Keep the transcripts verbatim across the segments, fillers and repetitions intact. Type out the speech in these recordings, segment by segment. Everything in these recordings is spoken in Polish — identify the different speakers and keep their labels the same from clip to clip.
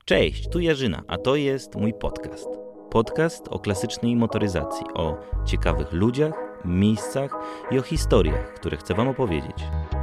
Speaker 1: Cześć, tu Jarzyna, a to jest mój podcast. Podcast o klasycznej motoryzacji, o ciekawych ludziach, miejscach i o historiach, które chcę Wam opowiedzieć.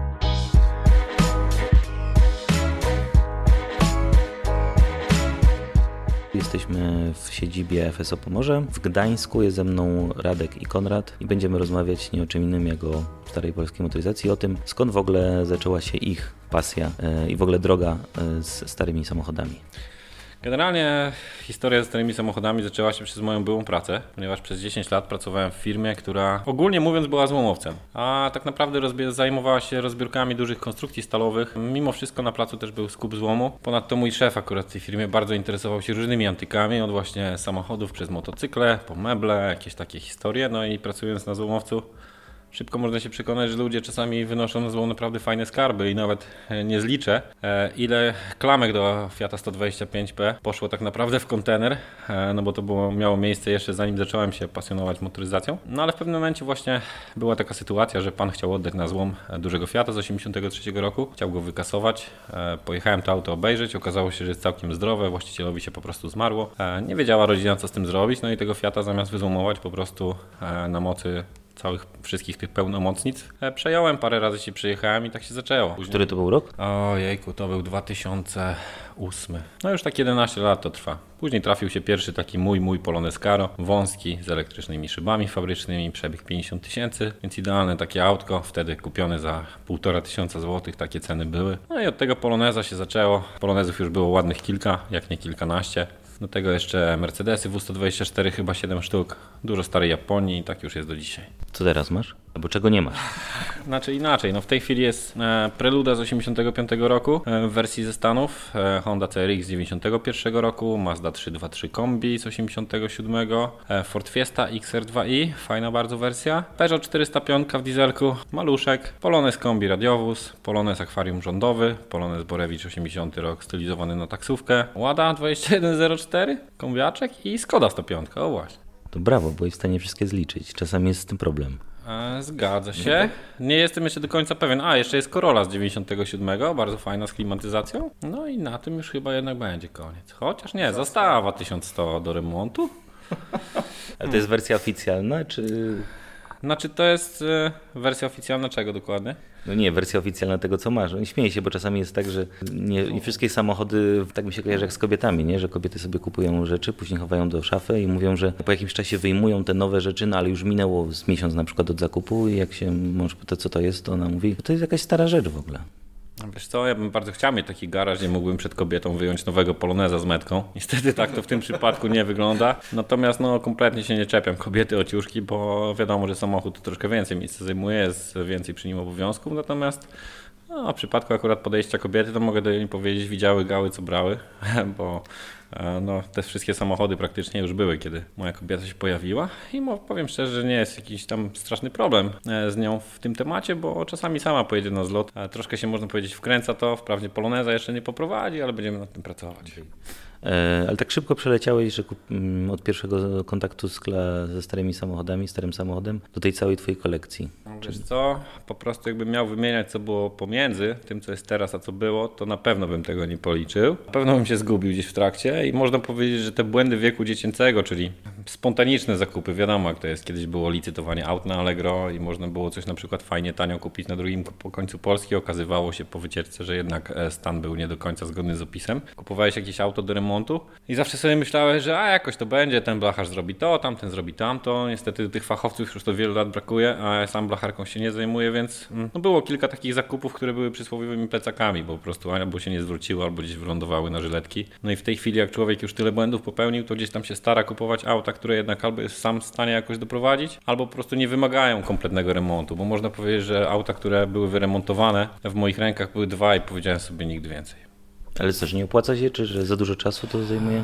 Speaker 1: Jesteśmy w siedzibie F S O Pomorze. W Gdańsku jest ze mną Radek i Konrad i będziemy rozmawiać nie o czym innym jak o starej polskiej motoryzacji, o tym, skąd w ogóle zaczęła się ich pasja i w ogóle droga z starymi samochodami.
Speaker 2: Generalnie historia ze starymi samochodami zaczęła się przez moją byłą pracę, ponieważ przez dziesięć lat pracowałem w firmie, która ogólnie mówiąc była złomowcem, a tak naprawdę rozbi- zajmowała się rozbiórkami dużych konstrukcji stalowych. Mimo wszystko na placu też był skup złomu. Ponadto mój szef akurat w tej firmie bardzo interesował się różnymi antykami, od właśnie samochodów przez motocykle, po meble, jakieś takie historie. No i pracując na złomowcu szybko można się przekonać, że ludzie czasami wynoszą na złom naprawdę fajne skarby i nawet nie zliczę, ile klamek do Fiata sto dwadzieścia pięć P poszło tak naprawdę w kontener, no bo to było, miało miejsce jeszcze zanim zacząłem się pasjonować motoryzacją. No ale w pewnym momencie właśnie była taka sytuacja, że pan chciał oddać na złom dużego Fiata z osiemdziesiątego trzeciego roku, chciał go wykasować, pojechałem to auto obejrzeć, okazało się, że jest całkiem zdrowe, właścicielowi się po prostu zmarło, nie wiedziała rodzina co z tym zrobić, no i tego Fiata zamiast wyzłomować po prostu na mocy całych wszystkich tych pełnomocnic przejąłem, parę razy się przyjechałem i tak się zaczęło.
Speaker 1: Później... Który to był rok?
Speaker 2: Ojejku, to był dwa tysiące ósmy. No już tak jedenaście lat to trwa. Później trafił się pierwszy taki mój, mój Polonez Caro, wąski, z elektrycznymi szybami fabrycznymi, przebieg pięćdziesiąt tysięcy, więc idealne takie autko, wtedy kupione za półtora tysiąca złotych, takie ceny były. No i od tego Poloneza się zaczęło. Polonezów już było ładnych kilka, jak nie kilkanaście. Do tego jeszcze Mercedesy W sto dwadzieścia cztery, chyba siedem sztuk, dużo starej Japonii i tak już jest do dzisiaj.
Speaker 1: Co teraz masz? Albo czego nie masz?
Speaker 2: Znaczy inaczej, no w tej chwili jest e, Preluda z osiemdziesiątego piątego roku e, w wersji ze Stanów, e, Honda C R X z dziewięćdziesiątego pierwszego roku, Mazda trzysta dwadzieścia trzy Kombi z osiemdziesiątego siódmego, e, Ford Fiesta X R dwa i, fajna bardzo wersja, Peugeot czterysta pięć w dieselku, maluszek, Polonez Kombi radiowóz, Polonez akwarium rządowy, Polonez Borewicz osiemdziesiąty rok stylizowany na taksówkę, Łada dwadzieścia jeden zero cztery, kombiaczek i Skoda sto pięć, o właśnie.
Speaker 1: To brawo, bo jest w stanie wszystkie zliczyć. Czasami jest z tym problem.
Speaker 2: E, zgadza się. Nie jestem jeszcze do końca pewien. A, jeszcze jest Corolla z dziewięćdziesiątego siódmego, bardzo fajna z klimatyzacją. No i na tym już chyba jednak będzie koniec. Chociaż nie, została tysiąc sto do remontu.
Speaker 1: Ale to jest wersja oficjalna, czy...
Speaker 2: Znaczy to jest y, wersja oficjalna czego dokładnie?
Speaker 1: No nie, wersja oficjalna tego, co masz. Nie śmieję się, bo czasami jest tak, że nie, nie wszystkie samochody, tak mi się kojarzy jak z kobietami, nie? Że kobiety sobie kupują rzeczy, później chowają do szafy i mówią, że po jakimś czasie wyjmują te nowe rzeczy, no ale już minęło z miesiąc na przykład od zakupu i jak się mąż pyta, co to jest, to ona mówi, to jest jakaś stara rzecz w ogóle.
Speaker 2: Wiesz co, ja bym bardzo chciał mieć taki garaż, gdzie mógłbym przed kobietą wyjąć nowego Poloneza z metką. Niestety tak to w tym przypadku nie wygląda. Natomiast no kompletnie się nie czepiam kobiety o ciuszki, bo wiadomo, że samochód to troszkę więcej miejsca zajmuje, jest więcej przy nim obowiązków. Natomiast no, w przypadku akurat podejścia kobiety to mogę do niej powiedzieć, widziały gały co brały, bo no, te wszystkie samochody praktycznie już były, kiedy moja kobieta się pojawiła i powiem szczerze, że nie jest jakiś tam straszny problem z nią w tym temacie, bo czasami sama pojedzie na zlot, troszkę się można powiedzieć wkręca to, wprawdzie Poloneza jeszcze nie poprowadzi, ale będziemy nad tym pracować.
Speaker 1: E, ale tak szybko przeleciałeś, że od pierwszego kontaktu z kla- ze starymi samochodami, starym samochodem do tej całej twojej kolekcji.
Speaker 2: Wiesz co, po prostu jakbym miał wymieniać co było pomiędzy tym co jest teraz a co było, to na pewno bym tego nie policzył. Na pewno bym się zgubił gdzieś w trakcie i można powiedzieć, że te błędy wieku dziecięcego, czyli spontaniczne zakupy, wiadomo jak to jest, kiedyś było licytowanie aut na Allegro i można było coś na przykład fajnie tanio kupić na drugim po końcu Polski, okazywało się po wycieczce, że jednak stan był nie do końca zgodny z opisem. Kupowałeś jakieś auto do remontu i zawsze sobie myślałeś, że a jakoś to będzie, ten blacharz zrobi to, tamten zrobi tamto. Niestety tych fachowców już to wielu lat brakuje, a ja sam blacharką się nie zajmuję, więc no było kilka takich zakupów, które były przysłowiowymi plecakami, bo po prostu albo się nie zwróciły, albo gdzieś wylądowały na żyletki. No i w tej chwili jak człowiek już tyle błędów popełnił, to gdzieś tam się stara kupować auta, które jednak albo jest sam w stanie jakoś doprowadzić, albo po prostu nie wymagają kompletnego remontu, bo można powiedzieć, że auta, które były wyremontowane w moich rękach były dwa i powiedziałem sobie nigdy więcej.
Speaker 1: Ale co, że nie opłaca się, czy że za dużo czasu to zajmuje?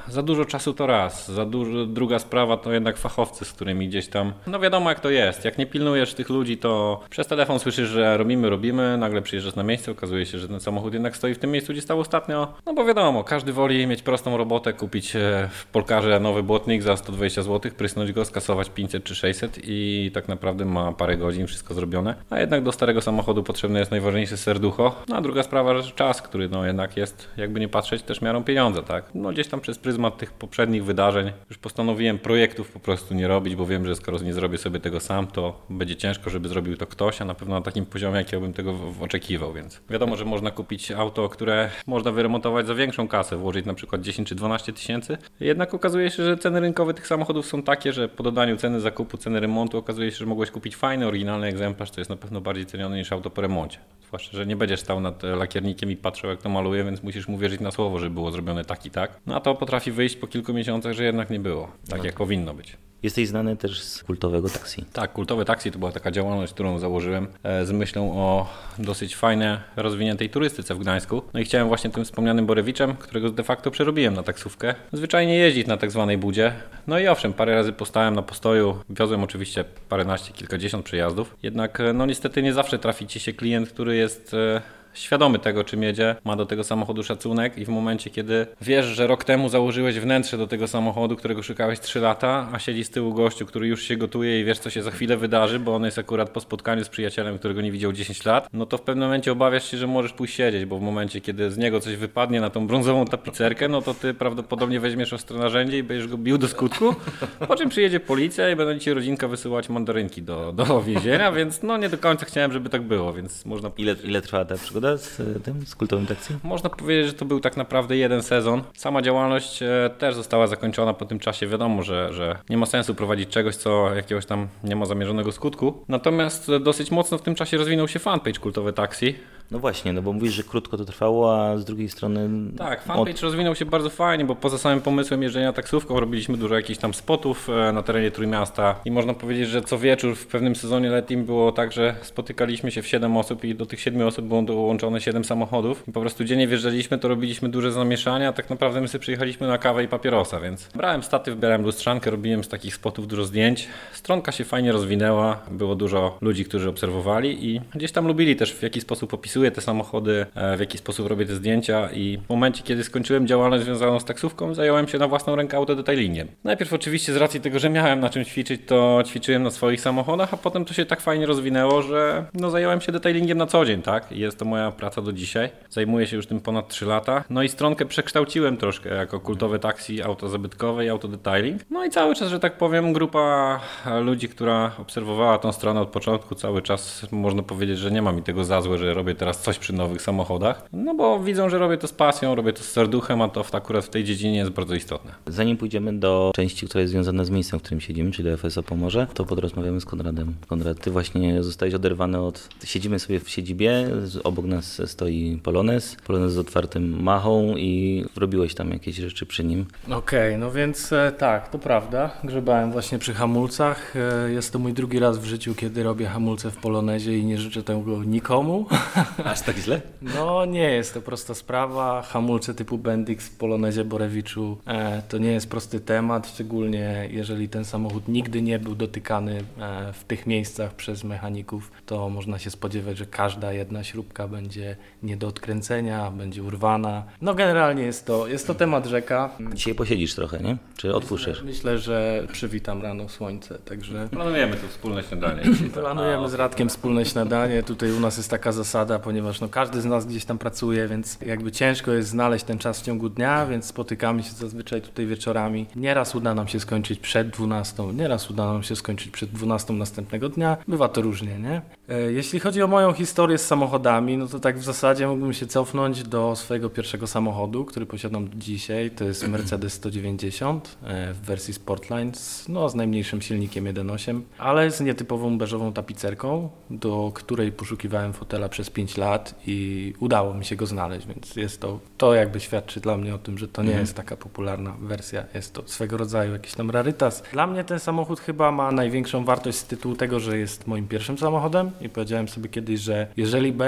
Speaker 2: za dużo czasu to raz, za dużo, druga sprawa to jednak fachowcy, z którymi gdzieś tam, no wiadomo jak to jest, jak nie pilnujesz tych ludzi, to przez telefon słyszysz, że robimy, robimy, nagle przyjeżdżasz na miejsce, okazuje się, że ten samochód jednak stoi w tym miejscu, gdzie stał ostatnio, no bo wiadomo, każdy woli mieć prostą robotę, kupić w Polkarze nowy błotnik za sto dwadzieścia złotych, prysnąć go, skasować pięćset czy sześćset i tak naprawdę ma parę godzin, wszystko zrobione, a jednak do starego samochodu potrzebne jest najważniejsze serducho, no a druga sprawa, że czas, który no jednak jest, jakby nie patrzeć, też miarą pieniądza, tak, no gdzieś tam przez pryzmat tych poprzednich wydarzeń już postanowiłem projektów po prostu nie robić, bo wiem, że skoro nie zrobię sobie tego sam, to będzie ciężko, żeby zrobił to ktoś, a na pewno na takim poziomie, jak ja bym tego w- oczekiwał, więc wiadomo, że można kupić auto, które można wyremontować za większą kasę, włożyć na przykład dziesięć czy dwanaście tysięcy, jednak okazuje się, że ceny rynkowe tych samochodów są takie, że po dodaniu ceny zakupu, ceny remontu okazuje się, że mogłeś kupić fajny, oryginalny egzemplarz, co jest na pewno bardziej ceniony niż auto po remoncie. Zwłaszcza, że nie będziesz stał nad lakiernikiem i patrzył, jak to maluje, więc musisz mu wierzyć na słowo, że było zrobione tak i tak. No a to potrafi wyjść po kilku miesiącach, że jednak nie było tak,
Speaker 1: No.
Speaker 2: jak powinno być.
Speaker 1: Jesteś znany też z kultowego taksi.
Speaker 2: Tak, kultowe taksi to była taka działalność, którą założyłem e, z myślą o dosyć fajnej, rozwiniętej turystyce w Gdańsku. No i chciałem właśnie tym wspomnianym Borewiczem, którego de facto przerobiłem na taksówkę, zwyczajnie jeździć na tak zwanej budzie. No i owszem, parę razy postałem na postoju, wiozłem oczywiście paręnaście, kilkadziesiąt przejazdów, jednak e, no niestety nie zawsze trafi ci się klient, który jest... E, świadomy tego, czym jedzie, ma do tego samochodu szacunek i w momencie, kiedy wiesz, że rok temu założyłeś wnętrze do tego samochodu, którego szukałeś trzy lata, a siedzi z tyłu gościu, który już się gotuje i wiesz, co się za chwilę wydarzy, bo on jest akurat po spotkaniu z przyjacielem, którego nie widział dziesięć lat, no to w pewnym momencie obawiasz się, że możesz pójść siedzieć, bo w momencie, kiedy z niego coś wypadnie na tą brązową tapicerkę, no to ty prawdopodobnie weźmiesz ostre narzędzie i będziesz go bił do skutku, po czym przyjedzie policja i będą ci rodzinka wysyłać mandarynki do, do więzienia, więc no nie do końca chciałem, żeby tak było, więc można...
Speaker 1: Ile, ile trwa ta przygoda z e, tym, z kultowym taksi?
Speaker 2: Można powiedzieć, że to był tak naprawdę jeden sezon. Sama działalność e, też została zakończona po tym czasie. Wiadomo, że, że nie ma sensu prowadzić czegoś, co jakiegoś tam nie ma zamierzonego skutku. Natomiast e, dosyć mocno w tym czasie rozwinął się fanpage Kultowe Taksi.
Speaker 1: No właśnie, no bo mówisz, że krótko to trwało, a z drugiej strony...
Speaker 2: Tak, fanpage rozwinął się bardzo fajnie, bo poza samym pomysłem jeżdżenia taksówką robiliśmy dużo jakichś tam spotów e, na terenie Trójmiasta i można powiedzieć, że co wieczór w pewnym sezonie letnim było tak, że spotykaliśmy się w siedem osób i do tych siedmiu osób było dołączone siedem samochodów i po prostu dziennie wjeżdżaliśmy, to robiliśmy duże zamieszania, a tak naprawdę my sobie przyjechaliśmy na kawę i papierosa, więc brałem statyw, brałem lustrzankę, robiłem z takich spotów dużo zdjęć. Stronka się fajnie rozwinęła, było dużo ludzi, którzy obserwowali i gdzieś tam lubili też w jaki sposób opisuję te samochody, w jaki sposób robię te zdjęcia i w momencie, kiedy skończyłem działalność związaną z taksówką, zająłem się na własną rękę autodetailingiem. Najpierw oczywiście z racji tego, że miałem na czym ćwiczyć, to ćwiczyłem na swoich samochodach, a potem to się tak fajnie rozwinęło, że no zająłem się detailingiem na co dzień, tak? I jest to moja praca do dzisiaj. Zajmuję się już tym ponad trzy lata. No i stronkę przekształciłem troszkę jako kultowe taksi, auto zabytkowe i autodetailing. No i cały czas, że tak powiem, grupa ludzi, która obserwowała tą stronę od początku, cały czas można powiedzieć, że nie ma mi tego za złe, że robię teraz coś przy nowych samochodach. No bo widzą, że robię to z pasją, robię to z serduchem, a to w, akurat w tej dziedzinie jest bardzo istotne.
Speaker 1: Zanim pójdziemy do części, która jest związana z miejscem, w którym siedzimy, czyli F S O Pomorze, to porozmawiamy z Konradem. Konrad, ty właśnie zostałeś oderwany od... Siedzimy sobie w siedzibie, obok nas stoi Polones, Polones z otwartym machą i robiłeś tam jakieś rzeczy przy nim.
Speaker 3: Okej, no więc e, tak, to prawda. Grzebałem właśnie przy hamulcach. E, jest to mój drugi raz w życiu, kiedy robię hamulce w Polonezie i nie życzę tego nikomu.
Speaker 1: Aż tak źle?
Speaker 3: No nie jest to prosta sprawa. Hamulce typu Bendix w Polonezie Borewiczu e, to nie jest prosty temat, szczególnie jeżeli ten samochód nigdy nie był dotykany e, w tych miejscach przez mechaników, to można się spodziewać, że każda jedna śrubka będzie nie do odkręcenia, będzie urwana. No generalnie jest to, jest to temat rzeka.
Speaker 1: Dzisiaj posiedzisz trochę, nie? Czy odpuszczasz?
Speaker 3: Myślę, że przywitam rano słońce, także
Speaker 2: Planujemy tu wspólne śniadanie.
Speaker 3: planujemy z Radkiem wspólne śniadanie. Tutaj u nas jest taka zasada, ponieważ no każdy z nas gdzieś tam pracuje, więc jakby ciężko jest znaleźć ten czas w ciągu dnia, więc spotykamy się zazwyczaj tutaj wieczorami. Nieraz uda nam się skończyć przed dwunastą, nieraz uda nam się skończyć przed dwunastą następnego dnia. Bywa to różnie, nie? E, Jeśli chodzi o moją historię z samochodami, no to tak w zasadzie mógłbym się cofnąć do swojego pierwszego samochodu, który posiadam dzisiaj. To jest Mercedes sto dziewięćdziesiąt e, w wersji Sportline, z, no, z najmniejszym silnikiem jeden przecinek osiem, ale z nietypową beżową tapicerką, do której poszukiwałem fotela przez pięć lat i udało mi się go znaleźć, więc jest to, to jakby świadczy dla mnie o tym, że to nie jest taka popularna wersja, jest to swego rodzaju jakiś tam rarytas. Dla mnie ten samochód chyba ma największą wartość z tytułu tego, że jest moim pierwszym samochodem i powiedziałem sobie kiedyś, że jeżeli będę gdzieś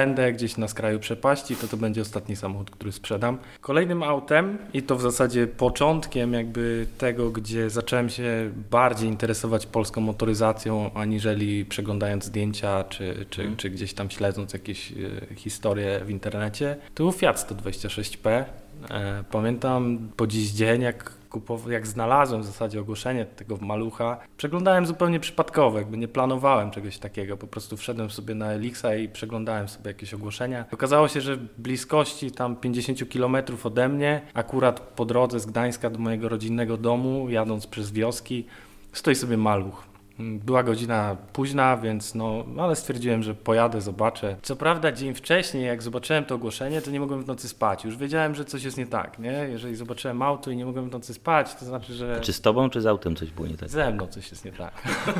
Speaker 3: gdzieś na skraju przepaści, to to będzie ostatni samochód, który sprzedam. Kolejnym autem i to w zasadzie początkiem jakby tego, gdzie zacząłem się bardziej interesować polską motoryzacją, aniżeli przeglądając zdjęcia, czy, czy, hmm. czy gdzieś tam śledząc jakieś e, historie w internecie, to był Fiat sto dwadzieścia sześć P. E, pamiętam po dziś dzień, jak kupow- jak znalazłem w zasadzie ogłoszenie tego malucha, przeglądałem zupełnie przypadkowo, jakby nie planowałem czegoś takiego, po prostu wszedłem sobie na Elixa i przeglądałem sobie jakieś ogłoszenia. Okazało się, że w bliskości tam pięćdziesiąt kilometrów ode mnie, akurat po drodze z Gdańska do mojego rodzinnego domu, jadąc przez wioski, stoi sobie maluch. Była godzina późna, więc no, ale stwierdziłem, że pojadę, zobaczę. Co prawda dzień wcześniej, jak zobaczyłem to ogłoszenie, to nie mogłem w nocy spać. Już wiedziałem, że coś jest nie tak, nie? Jeżeli zobaczyłem auto i nie mogłem w nocy spać, to znaczy, że...
Speaker 1: Czy z tobą, czy z autem coś było nie tak?
Speaker 3: Ze mną coś jest nie tak.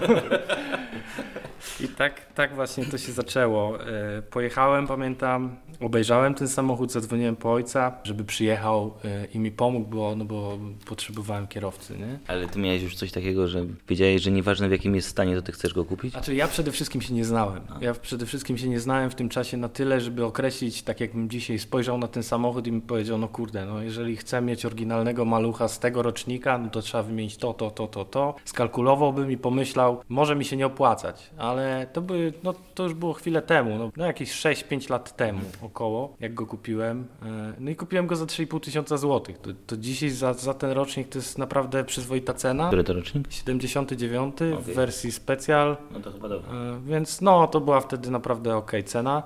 Speaker 3: I tak, tak właśnie to się zaczęło. Pojechałem, pamiętam, obejrzałem ten samochód, zadzwoniłem po ojca, żeby przyjechał i mi pomógł, bo, no bo potrzebowałem kierowcy, nie?
Speaker 1: Ale ty miałeś już coś takiego, że wiedziałeś, że nieważne w jakim jest stanie, to ty chcesz go kupić?
Speaker 3: Znaczy ja przede wszystkim się nie znałem. Ja przede wszystkim się nie znałem w tym czasie na tyle, żeby określić, tak jakbym dzisiaj spojrzał na ten samochód i mi powiedział, no kurde, no jeżeli chcę mieć oryginalnego malucha z tego rocznika, no to trzeba wymienić to, to, to, to, to. Skalkulowałbym i pomyślał, może mi się nie opłacać, ale to by, no to już było chwilę temu, no, no jakieś sześć pięć lat temu około, jak go kupiłem. No i kupiłem go za trzy i pół tysiąca złotych. To, to dzisiaj za, za ten rocznik to jest naprawdę przyzwoita cena.
Speaker 1: Który to rocznik?
Speaker 3: siedemdziesiąty dziewiąty
Speaker 1: Okay.
Speaker 3: w wersji specjal.
Speaker 1: No to chyba dobrze.
Speaker 3: Więc no to była wtedy naprawdę okej cena.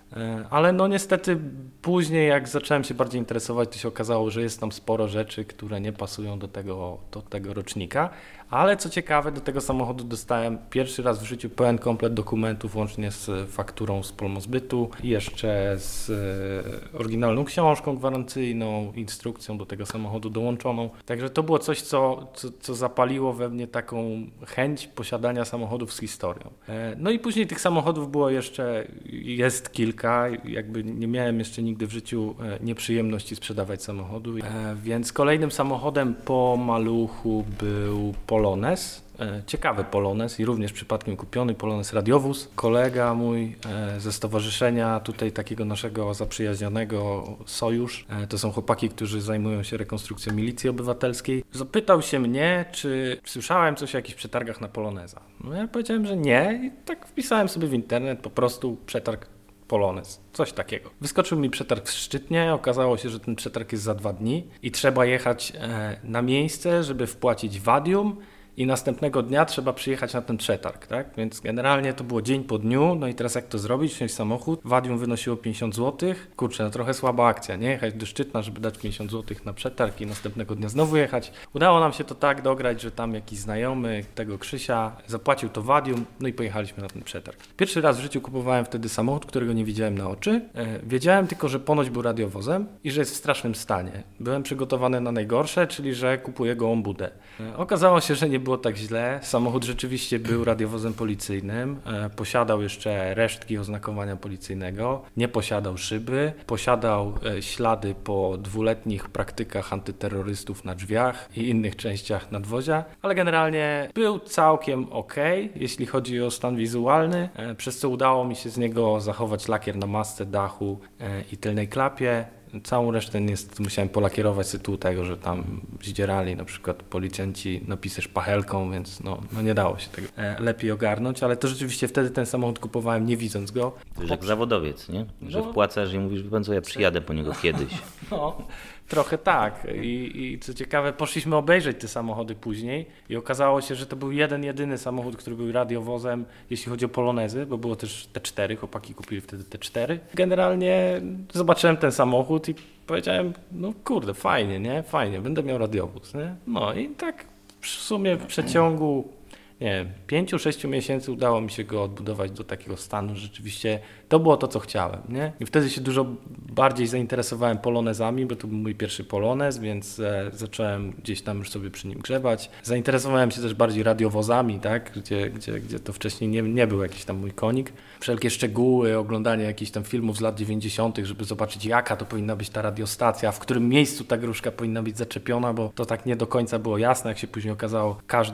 Speaker 3: Ale no niestety później jak zacząłem się bardziej interesować, to się okazało, że jest tam sporo rzeczy, które nie pasują do tego, do tego rocznika. Ale co ciekawe, do tego samochodu dostałem pierwszy raz w życiu pełen komplet dokumentów, łącznie z fakturą z Polmozbytu i jeszcze z e, oryginalną książką gwarancyjną, instrukcją do tego samochodu dołączoną. Także to było coś, co, co, co zapaliło we mnie taką chęć posiadania samochodów z historią. E, no i później tych samochodów było jeszcze, jest kilka, jakby nie miałem jeszcze nigdy w życiu e, nieprzyjemności sprzedawać samochodu, e, więc kolejnym samochodem po maluchu był Polones, ciekawy Polones i również przypadkiem kupiony Polones radiowóz. Kolega mój ze stowarzyszenia tutaj takiego naszego zaprzyjaźnionego Sojusz, to są chłopaki, którzy zajmują się rekonstrukcją milicji obywatelskiej, zapytał się mnie, czy słyszałem coś o jakichś przetargach na Poloneza. No ja powiedziałem, że nie i tak wpisałem sobie w internet po prostu przetarg Polones, coś takiego. Wyskoczył mi przetarg w Szczytnie, okazało się, że ten przetarg jest za dwa dni i trzeba jechać e, na miejsce, żeby wpłacić wadium i następnego dnia trzeba przyjechać na ten przetarg, tak? Więc generalnie to było dzień po dniu, no i teraz jak to zrobić? Wziąć samochód, wadium wynosiło pięćdziesiąt złotych, kurczę, no trochę słaba akcja, nie? Jechać do Szczytna, żeby dać pięćdziesiąt złotych na przetarg i następnego dnia znowu jechać. Udało nam się to tak dograć, że tam jakiś znajomy tego Krzysia zapłacił to wadium, no i pojechaliśmy na ten przetarg. Pierwszy raz w życiu kupowałem wtedy samochód, którego nie widziałem na oczy. E, wiedziałem tylko, że ponoć był radiowozem i że jest w strasznym stanie. Byłem przygotowany na najgorsze, czyli że kupuję gołą budę. E, okazało się, że nie było tak źle. Samochód rzeczywiście był radiowozem policyjnym. E, posiadał jeszcze resztki oznakowania policyjnego. Nie posiadał szyby. Posiadał e, ślady po dwuletnich praktykach antyterrorystów na drzwiach i innych częściach nadwozia, ale generalnie był całkiem ok, jeśli chodzi o stan wizualny, e, przez co udało mi się z niego zachować lakier na masce, dachu e, i tylnej klapie. Całą resztę niestety musiałem polakierować z tytułu tego, że tam zdzierali na przykład policjanci napisy szpachelką, więc no, no nie dało się tego e, lepiej ogarnąć, ale to rzeczywiście wtedy ten samochód kupowałem nie widząc go.
Speaker 1: To już jak zawodowiec, nie? Że
Speaker 3: No.
Speaker 1: wpłacasz i mówisz, wie pan co, ja przyjadę po niego kiedyś.
Speaker 3: No, trochę tak. I, I co ciekawe, poszliśmy obejrzeć te samochody później i okazało się, że to był jeden, jedyny samochód, który był radiowozem, jeśli chodzi o Polonezy, bo było też T cztery, chłopaki kupili wtedy T cztery. Generalnie zobaczyłem ten samochód i powiedziałem, no kurde, fajnie, nie? Fajnie, będę miał radiowóz, nie? No i tak w sumie w przeciągu nie wiem, pięciu, sześciu miesięcy udało mi się go odbudować do takiego stanu, że rzeczywiście to było to, co chciałem, nie? I wtedy się dużo bardziej zainteresowałem polonezami, bo to był mój pierwszy polonez, więc e, zacząłem gdzieś tam już sobie przy nim grzebać. Zainteresowałem się też bardziej radiowozami, tak? Gdzie, gdzie, gdzie to wcześniej nie, nie był jakiś tam mój konik. Wszelkie szczegóły, oglądanie jakichś tam filmów z lat dziewięćdziesiątych, żeby zobaczyć, jaka to powinna być ta radiostacja, w którym miejscu ta gruszka powinna być zaczepiona, bo to tak nie do końca było jasne, jak się później okazało, każdy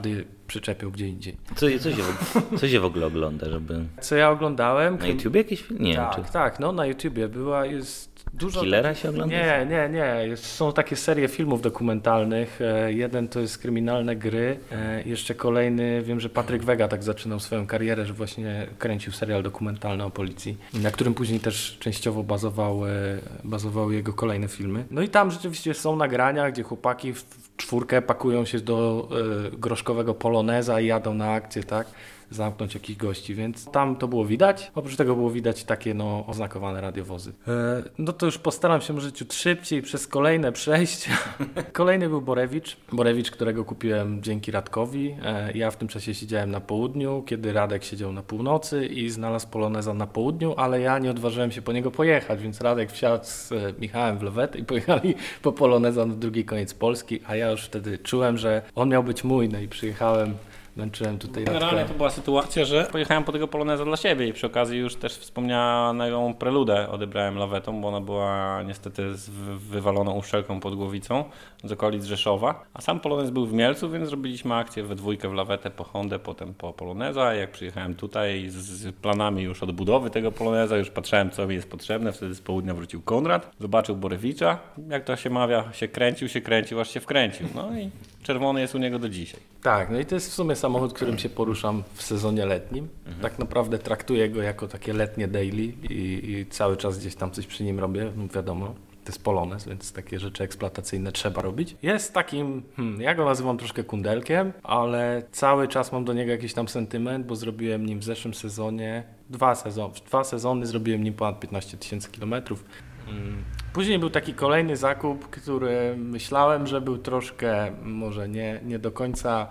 Speaker 3: przyczepił gdzie indziej.
Speaker 1: Co, co, się, w, co się w ogóle ogląda, żeby...
Speaker 3: Co ja oglądałem?
Speaker 1: Na YouTubie jakiś film? Nie,
Speaker 3: Tak,
Speaker 1: czy...
Speaker 3: tak, no na YouTubie była, jest dużo...
Speaker 1: Killera się ogląda?
Speaker 3: Nie, nie, nie. Jest, są takie serie filmów dokumentalnych. E, jeden to jest Kryminalne Gry. E, jeszcze kolejny, wiem, że Patryk Wega tak zaczynał swoją karierę, że właśnie kręcił serial dokumentalny o policji, na którym później też częściowo bazowały, bazowały jego kolejne filmy. No i tam rzeczywiście są nagrania, gdzie chłopaki w, w czwórkę pakują się do e, groszkowego poloneza i jadą na akcję, tak? Zamknąć jakichś gości, więc tam to było widać. Oprócz tego było widać takie no oznakowane radiowozy. E, no to już postaram się może ciut szybciej przez kolejne przejścia. Kolejny był Borewicz. Borewicz, którego kupiłem dzięki Radkowi. E, ja w tym czasie siedziałem na południu, kiedy Radek siedział na północy i znalazł poloneza na południu, ale ja nie odważyłem się po niego pojechać, więc Radek wsiadł z e, Michałem w lewetę i pojechali po poloneza na drugi koniec Polski, a ja już wtedy czułem, że on miał być mój, no i przyjechałem. Męczyłem tutaj
Speaker 2: Generalnie
Speaker 3: Radka.
Speaker 2: to była sytuacja, że pojechałem po tego poloneza dla siebie i przy okazji już też wspomnianą preludę odebrałem lawetą, bo ona była niestety z wywaloną uszczelką pod głowicą z okolic Rzeszowa, a sam polonez był w Mielcu, więc zrobiliśmy akcję we dwójkę w lawetę po Hondę, potem po poloneza. Jak przyjechałem tutaj z planami już odbudowy tego poloneza, już patrzałem, co mi jest potrzebne, wtedy z południa wrócił Konrad, zobaczył Borewicza, jak to się mawia, się kręcił, się kręcił, aż się wkręcił. No i czerwony jest u niego do dzisiaj.
Speaker 3: Tak, no i to jest w sumie samochód, którym się poruszam w sezonie letnim. Mhm. Tak naprawdę traktuję go jako takie letnie daily i, i cały czas gdzieś tam coś przy nim robię, no wiadomo. To jest polonez, więc takie rzeczy eksploatacyjne trzeba robić. Jest takim, hmm, ja go nazywam troszkę kundelkiem, ale cały czas mam do niego jakiś tam sentyment, bo zrobiłem nim w zeszłym sezonie, dwa sezony, dwa sezony zrobiłem nim ponad piętnaście tysięcy kilometrów. Później był taki kolejny zakup, który myślałem, że był troszkę może nie, nie do końca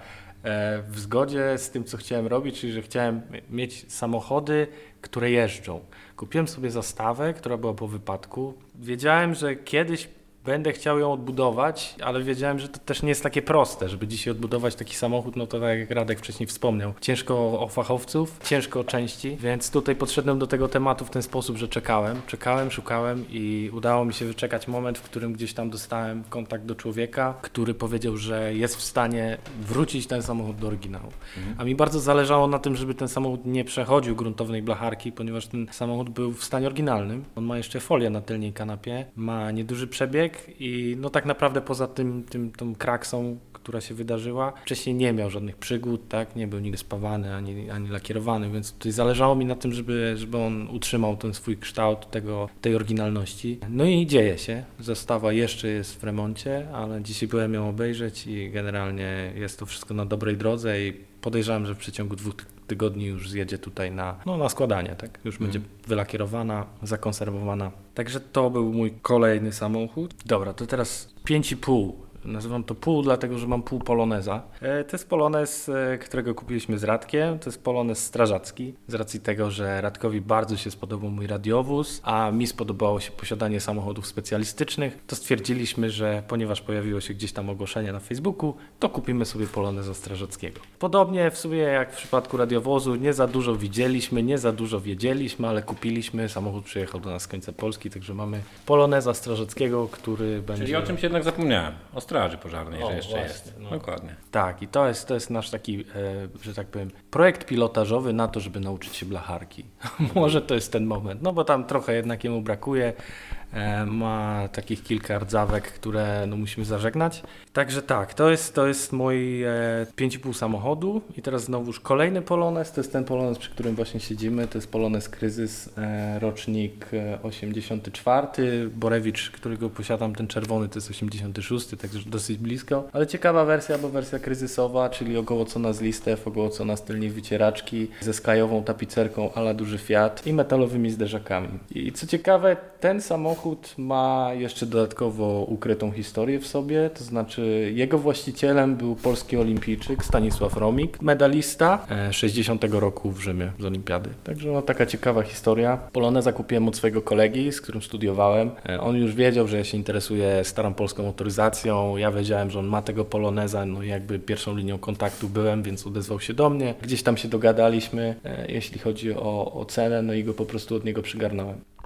Speaker 3: w zgodzie z tym, co chciałem robić, czyli że chciałem mieć samochody, które jeżdżą. Kupiłem sobie zastawę, która była po wypadku. Wiedziałem, że kiedyś będę chciał ją odbudować, ale wiedziałem, że to też nie jest takie proste, żeby dzisiaj odbudować taki samochód, no to tak jak Radek wcześniej wspomniał, ciężko o fachowców, ciężko o części, więc tutaj podszedłem do tego tematu w ten sposób, że czekałem, czekałem, szukałem i udało mi się wyczekać moment, w którym gdzieś tam dostałem kontakt do człowieka, który powiedział, że jest w stanie wrócić ten samochód do oryginału. Mhm. A mi bardzo zależało na tym, żeby ten samochód nie przechodził gruntownej blacharki, ponieważ ten samochód był w stanie oryginalnym. On ma jeszcze folię na tylnej kanapie, ma nieduży przebieg, i no tak naprawdę poza tym, tym tą kraksą, która się wydarzyła, wcześniej nie miał żadnych przygód, tak, nie był nigdy spawany ani, ani lakierowany, więc tutaj zależało mi na tym, żeby, żeby on utrzymał ten swój kształt tego, tej oryginalności. No i dzieje się, zestawa jeszcze jest w remoncie, ale dzisiaj byłem ją obejrzeć i generalnie jest to wszystko na dobrej drodze i podejrzewam, że w przeciągu dwóch tygodni już zjedzie tutaj na, no, na składanie, tak? Już mm. będzie wylakierowana, zakonserwowana. Także to był mój kolejny samochód. Dobra, to teraz pięć i pół. Nazywam to pół, dlatego że mam pół poloneza. E, to jest polonez, e, którego kupiliśmy z Radkiem. To jest polonez strażacki. Z racji tego, że Radkowi bardzo się spodobał mój radiowóz, a mi spodobało się posiadanie samochodów specjalistycznych, to stwierdziliśmy, że ponieważ pojawiło się gdzieś tam ogłoszenie na Facebooku, to kupimy sobie poloneza strażackiego. Podobnie w sumie jak w przypadku radiowozu, nie za dużo widzieliśmy, nie za dużo wiedzieliśmy, ale kupiliśmy. Samochód przyjechał do nas z końca Polski, także mamy poloneza strażackiego, który będzie...
Speaker 2: Czyli o czymś jednak zapomniałem. O straży pożarnej,
Speaker 3: o,
Speaker 2: że jeszcze
Speaker 3: właśnie,
Speaker 2: jest.
Speaker 3: No.
Speaker 2: Dokładnie.
Speaker 3: Tak, i to jest, to jest nasz taki, e, że tak powiem, projekt pilotażowy na to, żeby nauczyć się blacharki. Może to jest ten moment, no bo tam trochę jednak jemu brakuje. E, ma takich kilka rdzawek, które no, musimy zażegnać. Także tak, to jest, to jest mój e, pięć i pół samochodu i teraz znowuż kolejny polonez, to jest ten polonez, przy którym właśnie siedzimy, to jest polonez Kryzys, e, rocznik osiemdziesiąty czwarty, Borewicz, którego posiadam, ten czerwony, to jest osiemdziesiąty szósty, także dosyć blisko, ale ciekawa wersja, bo wersja kryzysowa, czyli ogołocona z listew, ogołocona z tylnej wycieraczki, ze skajową tapicerką a la duży Fiat i metalowymi zderzakami. I co ciekawe, ten samochód ma jeszcze dodatkowo ukrytą historię w sobie, to znaczy jego właścicielem był polski olimpijczyk Stanisław Romik, medalista sześćdziesiątego roku w Rzymie z olimpiady. Także no, taka ciekawa historia. Poloneza kupiłem od swojego kolegi, z którym studiowałem. On już wiedział, że ja się interesuję starą polską motoryzacją. Ja wiedziałem, że on ma tego poloneza, no jakby pierwszą linią kontaktu byłem, więc odezwał się do mnie. Gdzieś tam się dogadaliśmy, jeśli chodzi o, o cenę, no i go po prostu od niego przygarnąłem.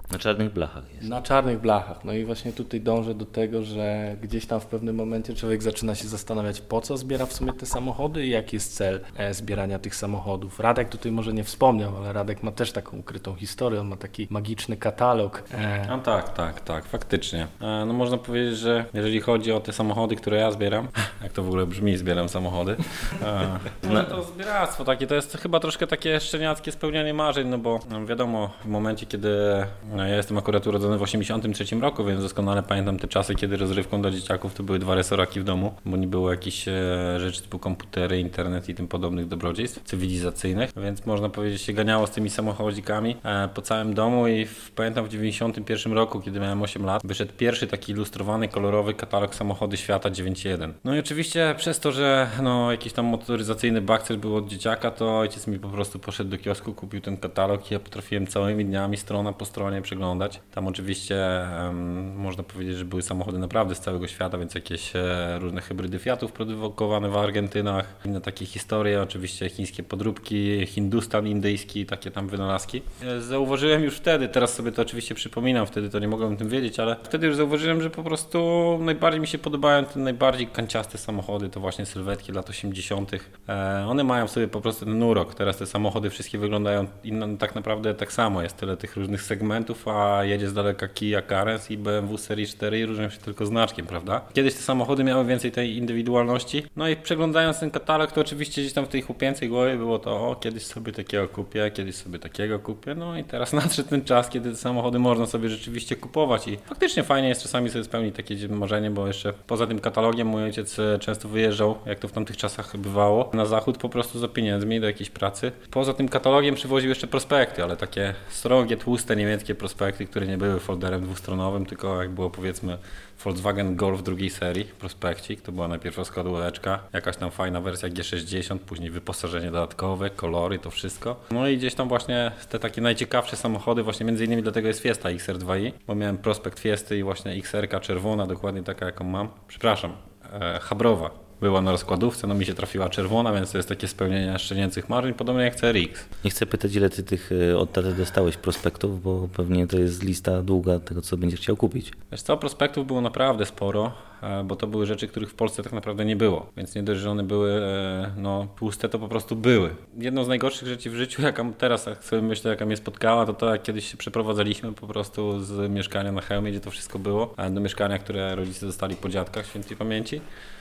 Speaker 1: Na czarnych blachach jest.
Speaker 3: Na czarnych blachach. No i właśnie tutaj dążę do tego, że gdzieś tam w pewnym momencie człowiek zaczyna się zastanawiać, po co zbiera w sumie te samochody i jaki jest cel e, zbierania tych samochodów. Radek tutaj może nie wspomniał, ale Radek ma też taką ukrytą historię, on ma taki magiczny katalog. E,
Speaker 2: A tak, tak, tak, faktycznie. E, no można powiedzieć, że jeżeli chodzi o te samochody, które ja zbieram, jak to w ogóle brzmi, zbieram samochody, e, no to zbieractwo takie, to jest chyba troszkę takie szczeniackie spełnianie marzeń, no bo no wiadomo, w momencie, kiedy no ja jestem akurat urodzony w osiemdziesiątym trzecim roku, więc doskonale pamiętam te czasy, kiedy rozrywką dla dzieciaków to były dwa resoraki w domu, bo nie było jakichś e, rzeczy typu komputery, internet i tym podobnych dobrodziejstw cywilizacyjnych, więc można powiedzieć, się ganiało z tymi samochodzikami e, po całym domu i w, pamiętam w dziewięćdziesiątym pierwszym roku, kiedy miałem osiem lat, wyszedł pierwszy taki ilustrowany, kolorowy katalog Samochody Świata dziewięć jeden. No i oczywiście przez to, że no, jakiś tam motoryzacyjny bakcyl był od dzieciaka, to ojciec mi po prostu poszedł do kiosku, kupił ten katalog i ja potrafiłem całymi dniami, strona po stronie przeglądać. Tam oczywiście um, można powiedzieć, że były samochody naprawdę z całego świata, więc jakieś e, różne hybrydy Fiatów produkowane w Argentynach, inne takie historie, oczywiście chińskie podróbki, Hindustan indyjski, takie tam wynalazki. E, zauważyłem już wtedy, teraz sobie to oczywiście przypominam, wtedy to nie mogłem o tym wiedzieć, ale wtedy już zauważyłem, że po prostu najbardziej mi się podobają te najbardziej kanciaste samochody, to właśnie sylwetki lat osiemdziesiątych. E, one mają w sobie po prostu ten urok. Teraz te samochody wszystkie wyglądają inno, tak naprawdę tak samo, jest tyle tych różnych segmentów, a jedzie z daleka Kia Carens i B M W Serii cztery i różnią się tylko znaczkiem, prawda? Kiedyś te samochody miały więcej tej indywidualności, no i przeglądając ten katalog, to oczywiście gdzieś tam w tej chłopięcej głowie było to, o, kiedyś sobie takiego kupię, kiedyś sobie takiego kupię, no i teraz nadszedł ten czas, kiedy te samochody można sobie rzeczywiście kupować i faktycznie fajnie jest czasami sobie spełnić takie marzenie, bo jeszcze poza tym katalogiem mój ojciec często wyjeżdżał, jak to w tamtych czasach bywało, na zachód po prostu za pieniędzmi do jakiejś pracy. Poza tym katalogiem przywoził jeszcze prospekty, ale takie srogie, tłuste niemieckie prospekty, które nie były folderem dwustronowym, tylko jak było powiedzmy Volkswagen Golf drugiej serii, prospekcik, to była najpierw składóweczka, jakaś tam fajna wersja G sześćdziesiąt, później wyposażenie dodatkowe, kolory, to wszystko. No i gdzieś tam właśnie te takie najciekawsze samochody, właśnie między innymi dlatego jest Fiesta X R dwa i, bo miałem prospekt Fiesty i właśnie X R-ka czerwona, dokładnie taka jaką mam. Przepraszam, e, Habrowa. Była na rozkładówce, no mi się trafiła czerwona, więc to jest takie spełnienie szczenięcych marzeń, podobnie jak C R X.
Speaker 1: Nie chcę pytać, ile ty tych od taty dostałeś prospektów, bo pewnie to jest lista długa tego, co będziesz chciał kupić.
Speaker 2: Wiesz co, prospektów było naprawdę sporo, bo to były rzeczy, których w Polsce tak naprawdę nie było, więc nie dość, że one były no, tłuste, to po prostu były. Jedną z najgorszych rzeczy w życiu, jaka teraz jak sobie myślę, jaka mnie spotkała, to to, jak kiedyś się przeprowadzaliśmy po prostu z mieszkania na Chełmie, gdzie to wszystko było, do mieszkania, które rodzice dostali po dziadkach świętej pamięci.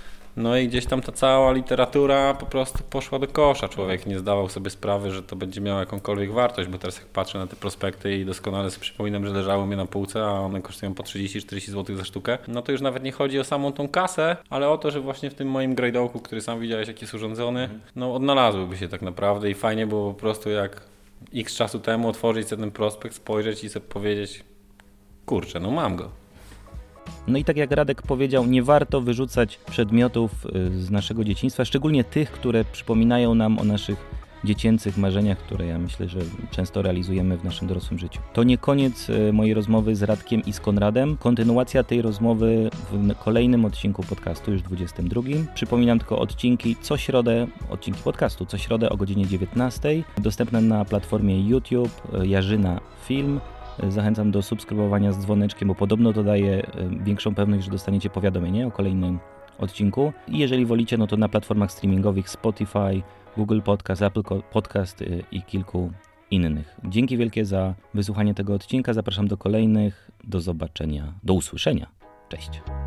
Speaker 2: No i gdzieś tam ta cała literatura po prostu poszła do kosza. Człowiek nie zdawał sobie sprawy, że to będzie miało jakąkolwiek wartość, bo teraz jak patrzę na te prospekty i doskonale sobie przypominam, że leżały mnie na półce, a one kosztują po trzydzieści czterdzieści złotych za sztukę, no to już nawet nie chodzi o samą tą kasę, ale o to, że właśnie w tym moim grajdołku, który sam widziałeś, jak jest urządzony, no odnalazłyby się tak naprawdę i fajnie było po prostu jak x czasu temu otworzyć sobie ten prospekt, spojrzeć i sobie powiedzieć, kurczę, no mam go.
Speaker 1: No i tak jak Radek powiedział, nie warto wyrzucać przedmiotów z naszego dzieciństwa, szczególnie tych, które przypominają nam o naszych dziecięcych marzeniach, które ja myślę, że często realizujemy w naszym dorosłym życiu. To nie koniec mojej rozmowy z Radkiem i z Konradem. Kontynuacja tej rozmowy w kolejnym odcinku podcastu, już dwudziestym drugim. Przypominam tylko odcinki co środę, odcinki podcastu co środę o godzinie dziewiętnastej, dostępne na platformie YouTube, Jarzyna Film. Zachęcam do subskrybowania z dzwoneczkiem, bo podobno to daje większą pewność, że dostaniecie powiadomienie o kolejnym odcinku. I jeżeli wolicie, no to na platformach streamingowych Spotify, Google Podcast, Apple Podcast i kilku innych. Dzięki wielkie za wysłuchanie tego odcinka. Zapraszam do kolejnych. Do zobaczenia. Do usłyszenia. Cześć.